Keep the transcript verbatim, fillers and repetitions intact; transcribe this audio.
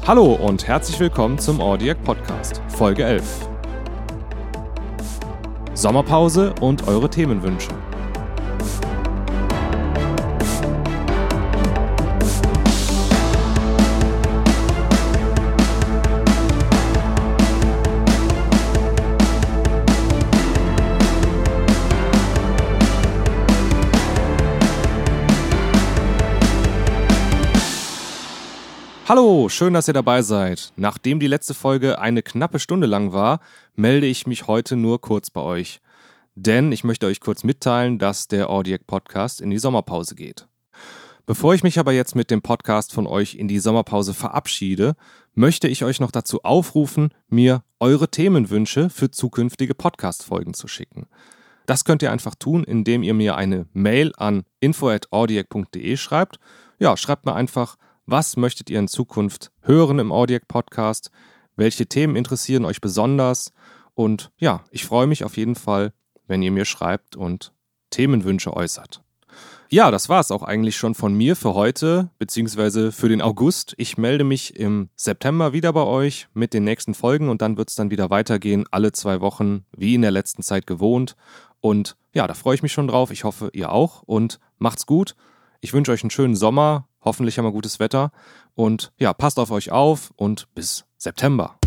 Hallo und herzlich willkommen zum Audiac Podcast, Folge elf. Sommerpause und eure Themenwünsche. Hallo, schön, dass ihr dabei seid. Nachdem die letzte Folge eine knappe Stunde lang war, melde ich mich heute nur kurz bei euch. Denn ich möchte euch kurz mitteilen, dass der Audiac Podcast in die Sommerpause geht. Bevor ich mich aber jetzt mit dem Podcast von euch in die Sommerpause verabschiede, möchte ich euch noch dazu aufrufen, mir eure Themenwünsche für zukünftige Podcast-Folgen zu schicken. Das könnt ihr einfach tun, indem ihr mir eine Mail an info at audiac punkt de schreibt. Ja, schreibt mir einfach, was möchtet ihr in Zukunft hören im Audiac Podcast? Welche Themen interessieren euch besonders? Und ja, ich freue mich auf jeden Fall, wenn ihr mir schreibt und Themenwünsche äußert. Ja, das war es auch eigentlich schon von mir für heute, beziehungsweise für den August. Ich melde mich im September wieder bei euch mit den nächsten Folgen und dann wird es dann wieder weitergehen, alle zwei Wochen, wie in der letzten Zeit gewohnt. Und ja, da freue ich mich schon drauf. Ich hoffe, ihr auch und macht's gut. Ich wünsche euch einen schönen Sommer. Hoffentlich haben wir gutes Wetter und ja, passt auf euch auf und bis September.